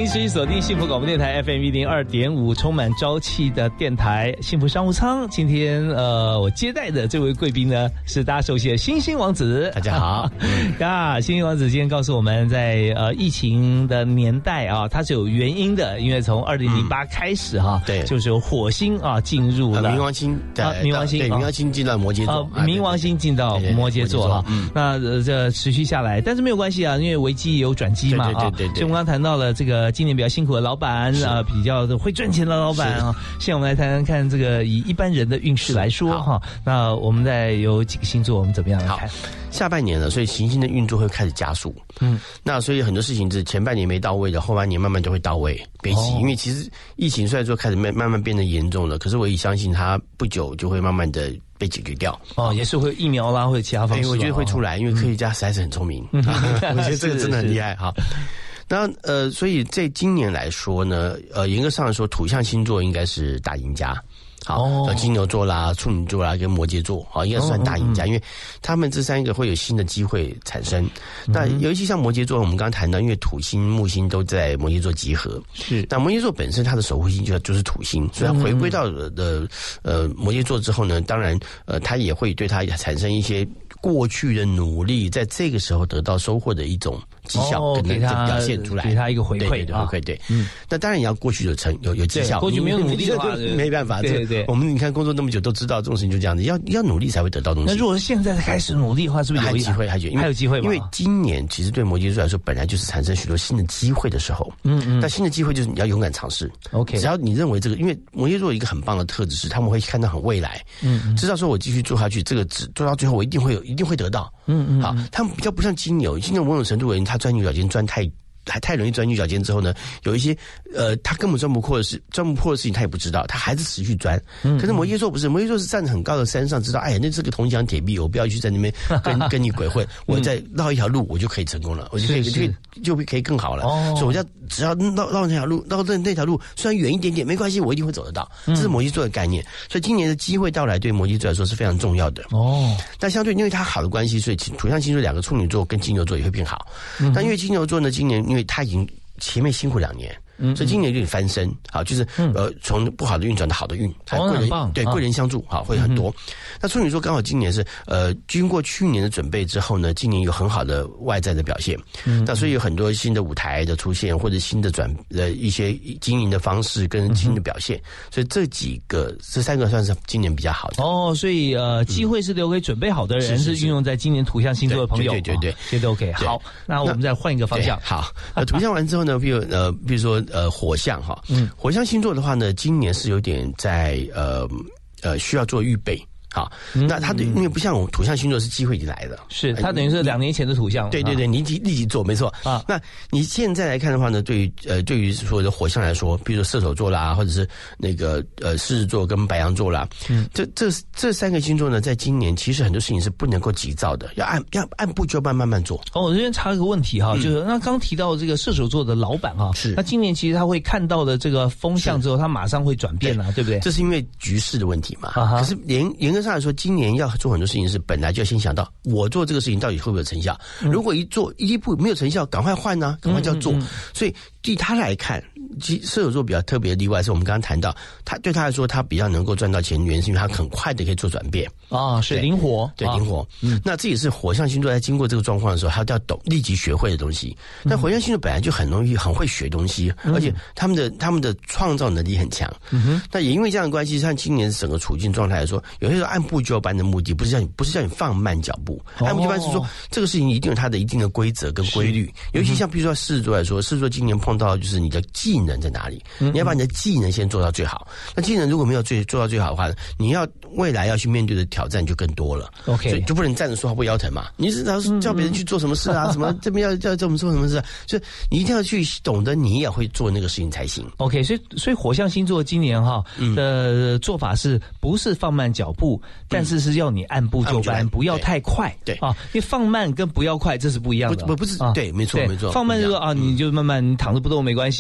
持续锁定幸福广播电台 F M 一零二点五，充满朝气的电台幸福商务舱。今天呃，我接待的这位贵宾呢，是大家熟悉的星星王子。 大家好， 呀，星星王子今天告诉我们在呃疫情的年代啊，它是有原因的，因为从二零零八开始哈、啊， 对， 就是有火星啊进入了、 呃、冥王星， 啊，冥王星， 对，冥王星进到摩羯座， 啊，冥王星进到摩羯座哈。那呃这持续下来，但是没有关系啊，因为危机也有转机嘛啊。 对对对对。 所以我们刚刚谈到了这个今年比较辛苦的老板啊，比较会赚钱的老板啊。现在我们来谈谈看这个以一般人的运势来说哈。那我们再有几个星座，我们怎么样来看？ 下半年了，所以行星的运作会开始加速。嗯，那所以很多事情是前半年没到位的，后半年慢慢就会到位。别急，哦、因为其实疫情虽然说开始慢慢慢变得严重了，可是我也相信它不久就会慢慢的被解决掉。 哦，也是会疫苗啦，或者其他方式。 我觉得会出来，因为科学家实在是很聪明，嗯、我觉得这个真的很厉害哈。那呃，所以在今年来说呢，呃，严格上来说，土象星座应该是大赢家。好，哦、金牛座啦、处女座啦跟摩羯座，好，应该算大赢家，嗯嗯，因为他们这三个会有新的机会产生。嗯、那尤其像摩羯座，我们刚刚谈到，因为土星、木星都在摩羯座集合，是。那摩羯座本身它的守护星就就是土星，所以它回归到的呃摩羯座之后呢，当然呃它也会对它产生一些过去的努力，在这个时候得到收获的一种绩效， 哦、 可能就表现出来， 给他一个回馈， 对对回馈，对。嗯，那当然也要过去有成有有绩效， 过去没有努力的话， 没办法，对对。我们你看工作那么久都知道这种事情就这样子，要要努力才会得到东西。 那如果是现在才开始努力的话，是不是有机会？还有还有机会吗？ 因为今年其实对摩羯座来说，本来就是产生许多新的机会的时候。嗯嗯。那新的机会就是你要勇敢尝试。OK。只要你认为这个，因为摩羯座有一个很棒的特质是，他们会看到很未来，嗯，知道说我继续做下去，这个只做到最后，我一定会有，一定会得到。嗯嗯。好，他们比较不像金牛，金牛某种程度而言，他钻牛角尖钻太。还太容易钻牛角尖之后呢，有一些呃，他根本钻不破的事，钻不破的事情他也不知道，他还是持续钻。嗯、可是摩羯座不是，摩羯座是站在很高的山上，知道哎呀，那是个铜墙铁壁，我不要去在那边跟跟你鬼混，我再绕一条路，我就可以成功了，我就可以就可以就可以更好了。哦、所以我要只要绕绕那条路，绕那那条路虽然远一点点没关系，我一定会走得到。这是摩羯座的概念。所以今年的机会到来，对摩羯座来说是非常重要的。哦，但相对因为它好的关系，所以土象星座两个处女座跟金牛座也会变好。嗯、但因为金牛座呢，今年因为它已经前面辛苦两年，嗯，所以今年有点翻身，好，就是呃从不好的运转到好的运， 哦， 贵人棒， 对贵人相助，好，会很多。那处女座刚好今年是呃经过去年的准备之后呢，今年有很好的外在的表现，嗯，那所以有很多新的舞台的出现，或者新的转呃一些经营的方式跟新的表现，所以这几个这三个算是今年比较好的。 哦，所以呃机会是留给准备好的人，是运用在今年土象星座的朋友， 对对对， 这都 OK。好，那我们再换一个方向。 好，呃土象完之后呢，比如呃比如说呃火象哈，嗯，火象星座的话呢，今年是有点在呃呃需要做预备。好，那它的因为不像我们土象星座是机会已经来了， 是它等于是两年前的土象， 对对对，你立即做没错啊。那你现在来看的话呢，对于呃对于所有的火象来说，比如说射手座啦，或者是那个呃狮子座跟白羊座啦，嗯，这这这三个星座呢，在今年其实很多事情是不能够急躁的，要按要按部就班慢慢做。 哦，我这边插一个问题哈，嗯、就是那刚提到这个射手座的老板哈，是那今年其实他会看到的这个风向之后，他马上会转变啊，对不对？ 这是因为局势的问题嘛。啊、可是严严格上来说，今年要做很多事情是本来就要先想到，我做这个事情到底会不会有成效？嗯、如果一做一步没有成效，赶快换啊，赶快就要做。嗯嗯嗯所以对他来看，其实射手座比较特别的例外是我们刚刚谈到，他对他来说，他比较能够赚到钱，原因是因为他很快的可以做转变啊，是灵活， 对灵活。嗯，那这也是火象星座在经过这个状况的时候，他要懂立即学会的东西。但火象星座本来就很容易很会学东西，嗯、而且他们的他们的创造能力很强。嗯哼，那也因为这样的关系，像今年整个处境状态来说，有些时候按部就班的目的不是叫你不是叫你放慢脚步，按部就班是说这个事情一定有它的一定的规则跟规律。尤其像比如说狮子座来说，狮子座今年碰到就是你的技能在哪里，嗯、你要把你的技能先做到最好。那技能如果没有最做到最好的话，你要未来要去面对的挑战就更多了。OK， 所以就不能站着说话不腰疼嘛。你是要叫别人去做什么事啊？嗯、什么这边要叫这么做什么事、啊？所以你一定要去懂得，你也会做那个事情才行。 OK， 所以所以火象星座今年哈的做法是不是放慢脚步，嗯、但是是要你按部就班，嗯、不要太快。对啊，因为放慢跟不要快这是不一样的。 不不不是、啊、对，没错没错。 放慢就说啊，你就慢慢你躺着不动没关系啊，那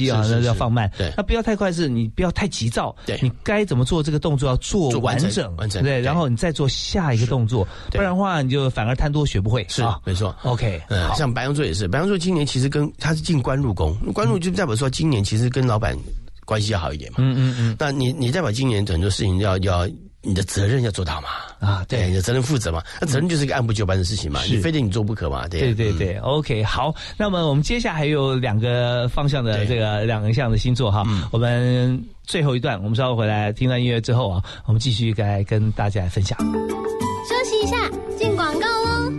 要放慢。 对， 那不要太快，是你不要太急躁。 对， 你该怎么做这个动作要做完整， 完整。 对，然后你再做下一个动作，不然的话你就反而贪多学不会。 是，没错。 OK， 嗯，像白羊座也是，白羊座今年其实跟他是进官禄宫，官禄就代表说今年其实跟老板关系要好一点嘛。嗯嗯嗯。那你你代表今年很多事情要要你的责任要做到嘛？啊，对，你的责任负责嘛。那责任就是一个按部就班的事情嘛，你非得你做不可嘛。对对对对、嗯、，OK， 好。那么我们接下来还有两个方向的这个两项的星座哈，嗯、我们最后一段，我们稍后回来听完音乐之后啊，我们继续来跟大家来分享。 休息一下，进广告喽。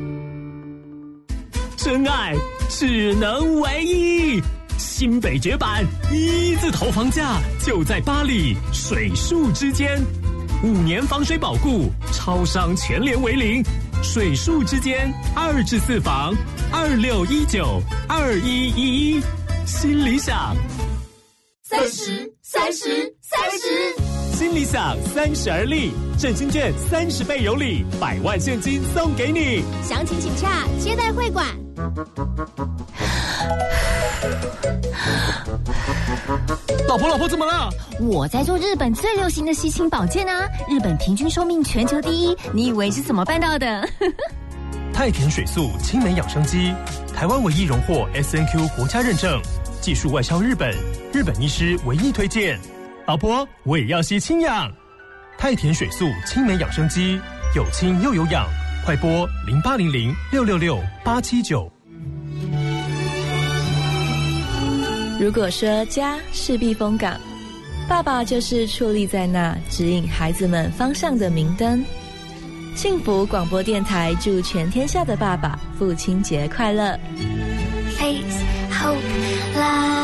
真爱只能唯一。新北绝版一字头房价就在八里水树之间，五年防水保固，超商全联为零。水树之间二至四房，二六一九二一一一，新理想。 三十，三十，三十， 新理想三十而立，振兴券三十倍有礼，百万现金送给你。 详情请洽接待会馆。 老婆，老婆怎么了？ 我在做日本最流行的吸氢保健啊！日本平均寿命全球第一，你以为是怎么办到的？ 太田水素青梅养生机，台湾唯一荣获 S N Q 国家认证，技术外销日本，日本医师唯一推荐。老婆，我也要吸氢氧。太田水素青梅养生机，有氢又有氧，快拨零八零零六六六八七九。 如果说家是避风港，爸爸就是矗立在那指引孩子们方向的明灯。幸福广播电台祝全天下的爸爸父亲节快乐。 Face Hope Live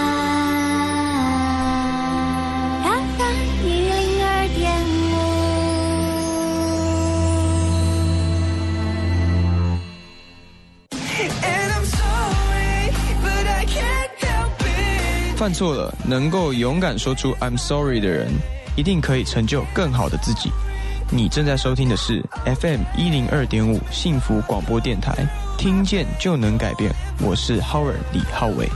F M 一零二点犯错了，能够勇敢说出 I'm sorry 的人，一定可以成就更好的自己。你正在收听的是 F M 一零二点五幸福广播电台，听见就能改变。我是 Howard 李浩伟。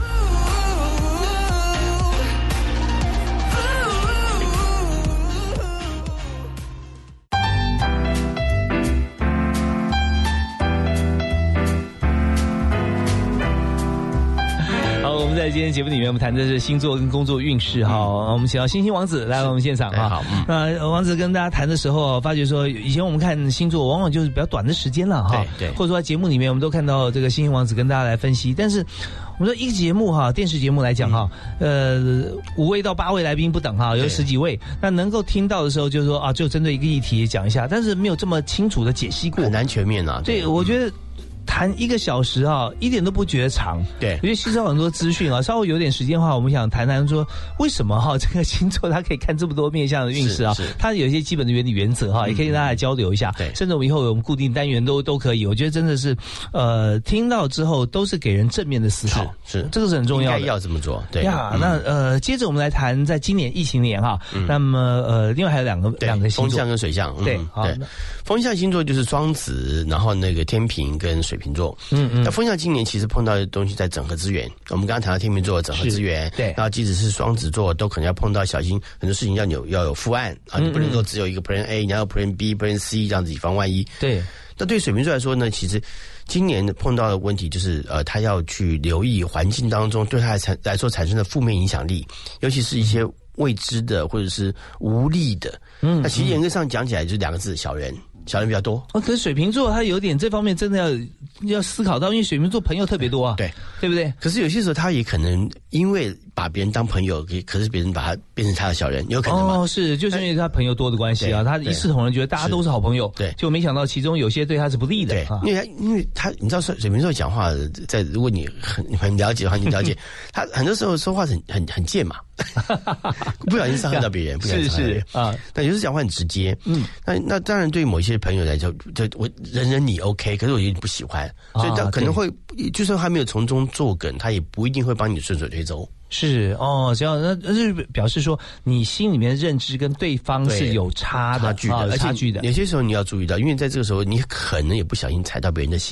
在今天节目里面，我们谈的是星座跟工作运势哈。嗯、我们请到星星王子来我们现场哈。好，嗯、那王子跟大家谈的时候，发觉说以前我们看星座往往就是比较短的时间了哈。对对。或者说在节目里面，我们都看到这个星星王子跟大家来分析。但是我们说一个节目哈，电视节目来讲哈，嗯、呃，五位到八位来宾不等哈，有十几位。那能够听到的时候，就是说啊，就针对一个议题讲一下，但是没有这么清楚的解析过， 很难全面啊。 对，我觉得。谈一个小时啊，一点都不觉得长。对，因为吸收很多资讯啊。稍微有点时间的话，我们想谈谈说，为什么哈、啊、这个星座它可以看这么多面向的运势啊？它有一些基本的原理原则哈、啊，也可以跟大家交流一下。对，甚至我们以后我们固定单元都都可以。我觉得真的是，呃，听到之后都是给人正面的思考。是，是这个是很重要的。 应该要这么做。对呀，嗯、那呃，接着我们来谈在今年疫情年哈、嗯，那么呃，另外还有两个两个星座， 风象跟水象。嗯、 对，好， 对，风象星座就是双子，然后那个天秤跟水瓶座。嗯嗯。那风象今年其实碰到的东西在整合资源，我们刚刚谈到天秤座整合资源，对，然后即使是双子座都可能要碰到小心很多事情要有要有副案啊，你不能够只有一个 Plan A， 你要有 Plan B、Plan C 这样子以防万一。对，那对水瓶座来说呢，其实今年碰到的问题就是呃，他要去留意环境当中对他来来说产生的负面影响力，尤其是一些未知的或者是无力的。嗯，那其实严格上讲起来就是两个字：小人。小人比较多哦，可是水瓶座他有点这方面真的要要思考到，因为水瓶座朋友特别多啊，对对不对？ 可是有些时候他也可能因为把别人当朋友，可是别人把他变成他的小人，有可能吗？ 哦，是，就是因为他朋友多的关系啊，他一视同仁，觉得大家都是好朋友，对，就没想到其中有些对他是不利的，对， 啊、因为他因为他你知道水水瓶座讲话，在如果你很很了解的话，你了解他很多时候说话很很很贱嘛。不小心伤害到别人，不小心伤害到别人啊！但有时讲话很直接，嗯，那那当然对某些朋友来说，就我忍忍你 OK， 可是我有点不喜欢，所以他可能会，就算他没有从中作梗，他也不一定会帮你顺水推舟。 是哦，只要那那是表示说你心里面认知跟对方是有差的差距的， 啊、差距的。 有些时候你要注意到，因为在这个时候你可能也不小心踩到别人的线。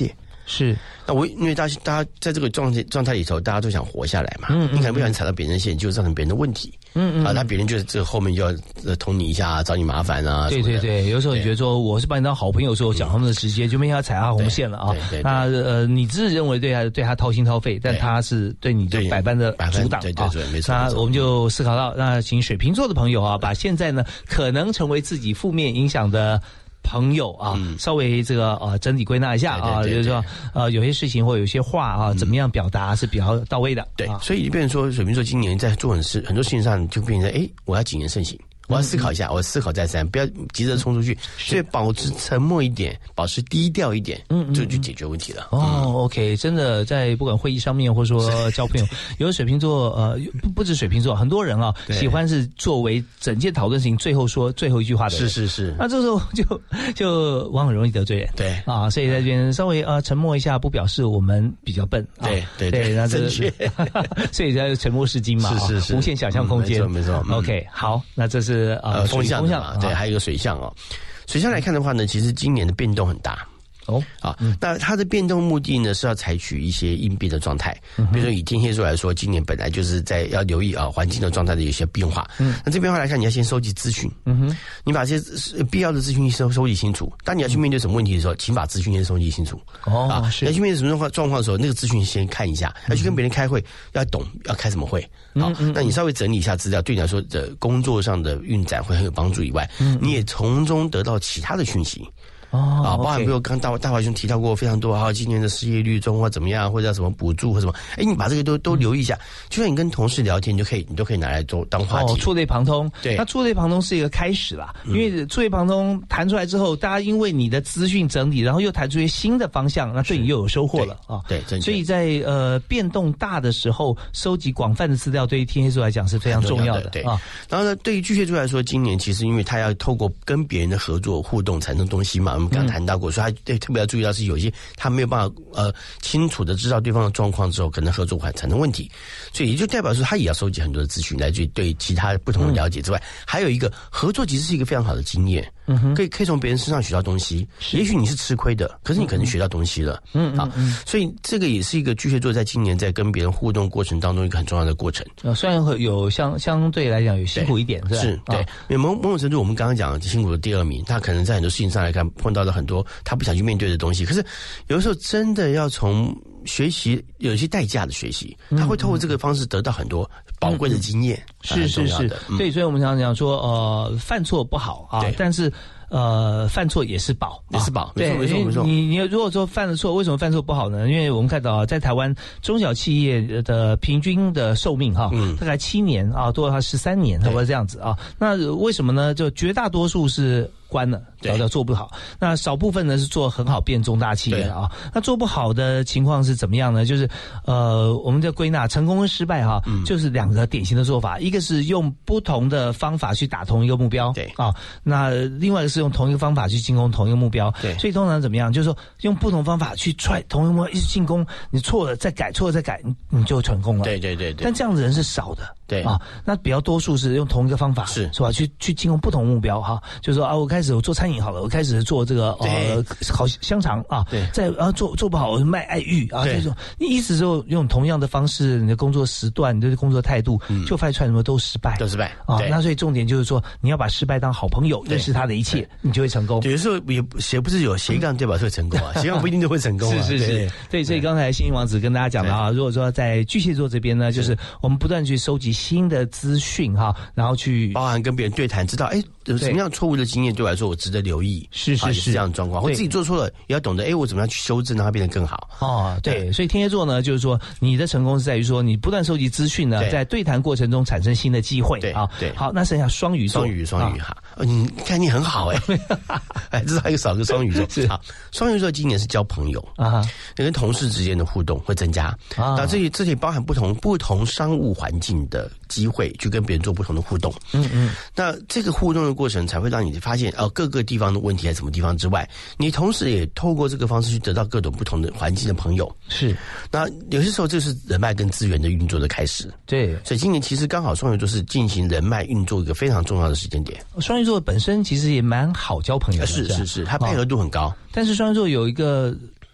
是。 那我因为大家大家在这个状态状态里头，大家都想活下来嘛。嗯，你可能不小心踩到别人的线，就造成别人的问题。嗯嗯。啊，那别人就这后面就要呃捅你一下，找你麻烦啊。 对对对，有时候你觉得说我是把你当好朋友，说我讲他们的直接，就没想到踩他红线了啊。 对对。 那呃，你自认为对他对他掏心掏肺，但他是对你就百般的阻挡啊。 对对对，没错。 那我们就思考到，那请水瓶座的朋友啊，把现在呢可能成为自己负面影响的朋友啊，嗯、稍微这个呃整理归纳一下啊，对对对对，就是说呃有些事情或有些话啊，怎么样表达是比较到位的。 对， 啊、 所以变成说水瓶座今年在做很事很多事情上就变成哎，我要谨言慎行。我要思考一下，我要思考再三，不要急着冲出去，所以保持沉默一点，保持低调一点，嗯，就就解决问题了。 哦、嗯、，OK， 真的在不管会议上面，或者说交朋友，有的水瓶座呃不不止水瓶座，很多人啊喜欢是作为整件讨论事情最后说最后一句话的人， 是是是。 那这时候就就往往容易得罪人， 对啊，所以在这边稍微呃沉默一下，不表示我们比较笨， 对对对， 那正确。 所以在沉默是金嘛， 是是是， 无限想象空间， 没错没错。 OK， 好，那这是呃风象嘛，对，还有一个水象哦。水象来看的话呢，其实今年的变动很大。哦，啊，那它的变动目的呢是要采取一些应变的状态，比如说以天蝎座来说，今年本来就是在要留意啊环境的状态的有些变化。嗯，那这变化来看，你要先收集资讯。嗯哼，你把这些必要的资讯收收集清楚。当你要去面对什么问题的时候，请把资讯先收集清楚。哦，啊，你要去面对什么状况状况的时候，那个资讯先看一下。要去跟别人开会，要懂要开什么会。好，那你稍微整理一下资料，对你来说的工作上的运展会很有帮助以外，你也从中得到其他的讯息。哦，啊，包含比如刚大大华兄提到过非常多啊，今年的失业率中或怎么样，或者什么补助或什么，哎，你把这个都都留意一下，就算你跟同事聊天，你就可以，你都可以拿来做当话题。 哦，触类旁通， 对， 那触类旁通是一个开始啦，因为触类旁通谈出来之后，大家因为你的资讯整理，然后又谈出一些新的方向，那对你又有收获了啊。 对，对， 所以在呃变动大的时候，收集广泛的资料，对于天蝎座来讲是非常重要的， 对啊。 然后呢，对于巨蟹座来说，今年其实因为他要透过跟别人的合作互动产生东西嘛，我们刚刚谈到过。嗯，他对特别要注意到是有些他没有办法呃清楚的知道对方的状况之后，可能合作会产生问题，所以也就代表说他也要收集很多的资讯来去对其他不同的了解之外，嗯，还有一个合作其实是一个非常好的经验，嗯哼，可以可以从别人身上学到东西。也许你是吃亏的，可是你可能学到东西了，嗯啊，嗯，所以这个也是一个巨蟹座在今年在跟别人互动过程当中一个很重要的过程。 呃，虽然会有相相对来讲有辛苦一点，是吧？ 是，对，因为某某种程度我们刚刚讲辛苦的第二名，他可能在很多事情上来看碰到了很多他不想去面对的东西，可是有的时候真的要从学习有一些代价的学习，他会透过这个方式得到很多宝贵的经验， 是是是，对，所以我们常常讲说，呃，犯错不好啊，但是。呃，犯错也是宝， 也是宝，没错没错没错。 你你如果说犯了错，为什么犯错不好呢？因为我们看到啊，在台湾中小企业的平均的寿命哈，嗯，大概七年啊，多了它十三年，差不多这样子啊。那为什么呢？就绝大多数是关了，叫做做不好。那少部分呢是做很好变重大企业啊。那做不好的情况是怎么样呢？就是呃，我们就归纳成功跟失败哈，嗯，就是两个典型的做法，一个是用不同的方法去打同一个目标，对啊，那另外一个是用同一个方法去进攻同一个目标，对，所以通常怎么样？就是说用不同方法去踹同一个目标，一直进攻，你错了再改，错了再改，你你就成功了。 对对对对。 但这样的人是少的， 对啊，那比较多数是用同一个方法，是是吧？去去进攻不同目标哈，就是说啊，我开始我做餐饮好了，我开始做这个呃烤香肠啊，对，再啊做做不好我卖爱玉啊，这种你一直就用同样的方式，你的工作时段、你的工作态度，嗯，就发现什么都失败， 都失败啊。那所以重点就是说，你要把失败当好朋友，认识他的一切，你就会成功。 有时候也也不是有斜杠对吧会成功啊，斜杠不一定就会成功啊。 是是是，对，所以刚才星星王子跟大家讲了啊，如果说在巨蟹座这边呢，就是我们不断去收集新的资讯哈，然后去包含跟别人对谈，知道哎有什么样错误的经验对我来说我值得留意， 是是是这样的状况，或自己做错了也要懂得哎我怎么样去修正让它变得更好。 哦，对，所以天蝎座呢，就是说你的成功是在于说你不断收集资讯呢，在对谈过程中产生新的机会啊。对，好，那剩下双鱼座， 双鱼双鱼哈，你看你很好哎，哎，这是还有少个双鱼座是好，双鱼座今年是交朋友啊，跟同事之间的互动会增加啊，那这里这里包含不同不同商务环境的机会，去跟别人做不同的互动。嗯嗯，那这个互动的过程才会让你发现哦各个地方的问题在什么地方之外，你同时也透过这个方式去得到各种不同的环境的朋友。是，那有些时候这是人脉跟资源的运作的开始。对，所以今年其实刚好双鱼座是进行人脉运作一个非常重要的时间点。 双鱼座本身其实也蛮好交朋友的， 是是是，他配合度很高。 但是双鱼座有一个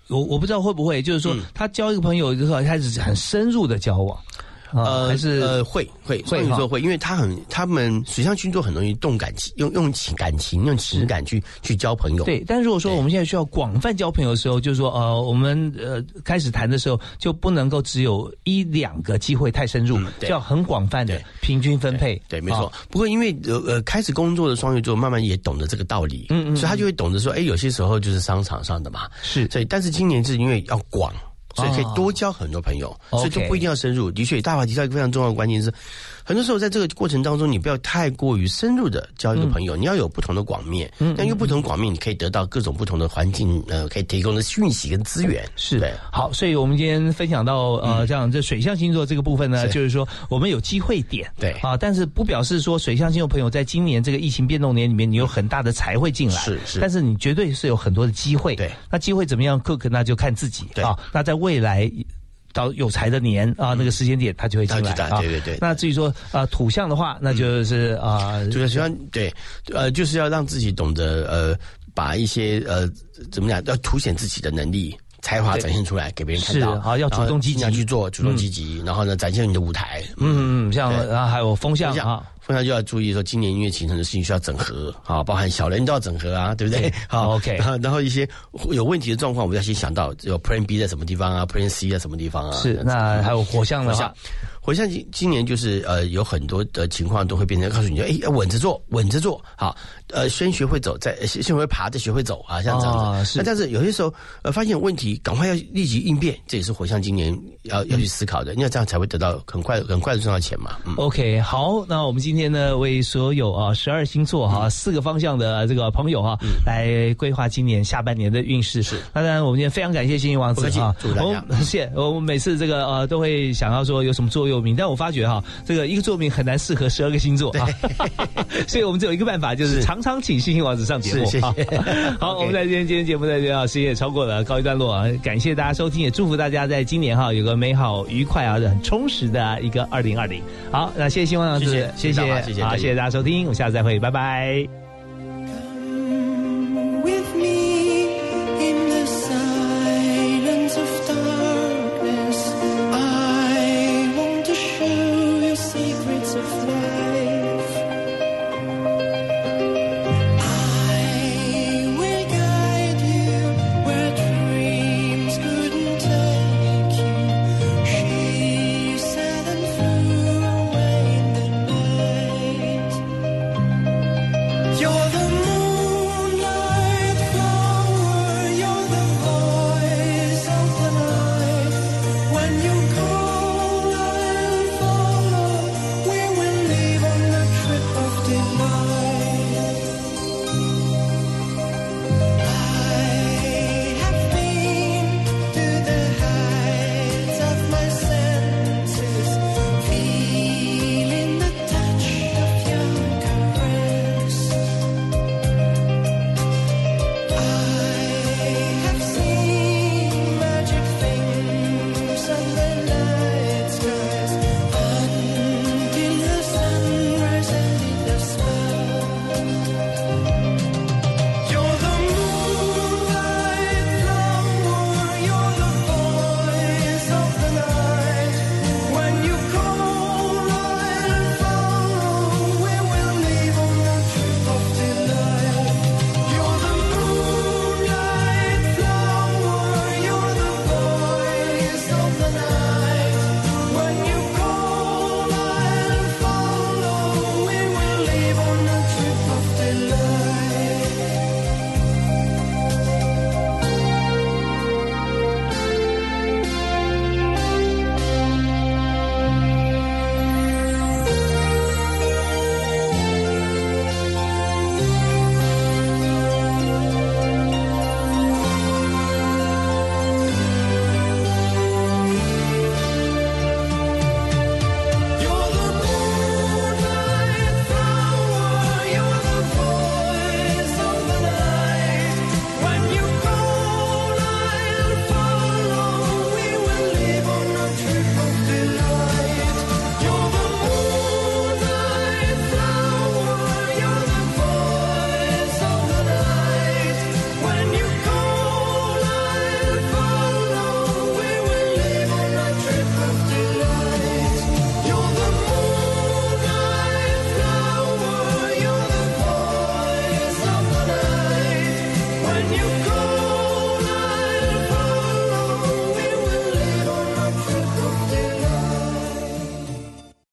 我我不知道会不会，就是说、嗯、他交一个朋友之后开始很深入的交往。 呃， 还是呃会会会说会，因为他很他们水象星座很容易动感情，用用情感情用情感去去交朋友。 对，但如果说我们现在需要广泛交朋友的时候，就是说呃，我们呃开始谈的时候就不能够只有一两个机会太深入，嗯、就要很广泛的平均分配。 对，对没错。不过因为呃呃开始工作的双鱼座慢慢也懂得这个道理，嗯嗯，所以他就会懂得说，哎，有些时候就是商场上的嘛， 是。 所以但是今年是因为要广。所以可以多交很多朋友，哦、所以就不一定要深入。的确，大华提到一个非常重要的关键是，很多时候在这个过程当中，你不要太过于深入的交一个朋友，嗯、你要有不同的广面。嗯，但因为不同广面，你可以得到各种不同的环境，呃，可以提供的讯息跟资源。 是，对。好，所以我们今天分享到呃，这样这水象星座这个部分呢，就是说我们有机会点， 对啊，但是不表示说水象星座朋友在今年这个疫情变动年里面，你有很大的财会进来， 是是， 但是你绝对是有很多的机会。 对， 那机会怎么样 cook， 那就看自己。 对啊，那在未来。到有财的年啊，那个时间点它就会进来啊。 对对对。 那至于说呃土象的话，那就是啊， 就是希望对，呃，就是要让自己懂得呃，把一些呃怎么讲，要凸显自己的能力。才华展现出来给别人看到， 是啊，要主动积极去做，主动积极，嗯、然后呢，展现你的舞台。 嗯嗯，像然后还有风象啊， 风象就要注意说，今年因为形成的事情需要整合啊，包含小人都要整合啊，对不对？ 好 ，OK。 然后然后一些有问题的状况，我们要先想到有 Plan B 在什么地方啊 ，Plan C 在什么地方啊。 是，那还有火象的话。 火象今今年就是呃有很多的情况都会变成告诉你，哎，稳着做，稳着做，好，呃，先学会走，再先学会爬，再学会走啊，像这样子。啊、是那但是有些时候呃发现有问题，赶快要立即应变，这也是火象今年要要去思考的，因为这样才会得到很快很快的赚到钱嘛。嗯、 OK， 好，那我们今天呢为所有啊十二星座哈、啊、四个方向的这个朋友哈、啊嗯、来规划今年下半年的运势。是，当然我们今天非常感谢星星王子啊， 祝大家。 谢谢，我们每次这个呃都会想要说有什么座右铭，但我发觉哈、啊，这个一个座右铭很难适合十二个星座啊，所以我们只有一个办法，就是常常请星星王子上节目。 谢谢。 好，我们在今天今天节目在这啊，时间也超过了，告一段落啊，感谢大家收听，也祝福大家在今年哈有个美好、愉快啊、很充实的一个二零二零。好，那谢谢星星王子， 谢谢，谢谢， 谢谢，好，谢谢大家收听，我们下次再会，拜拜。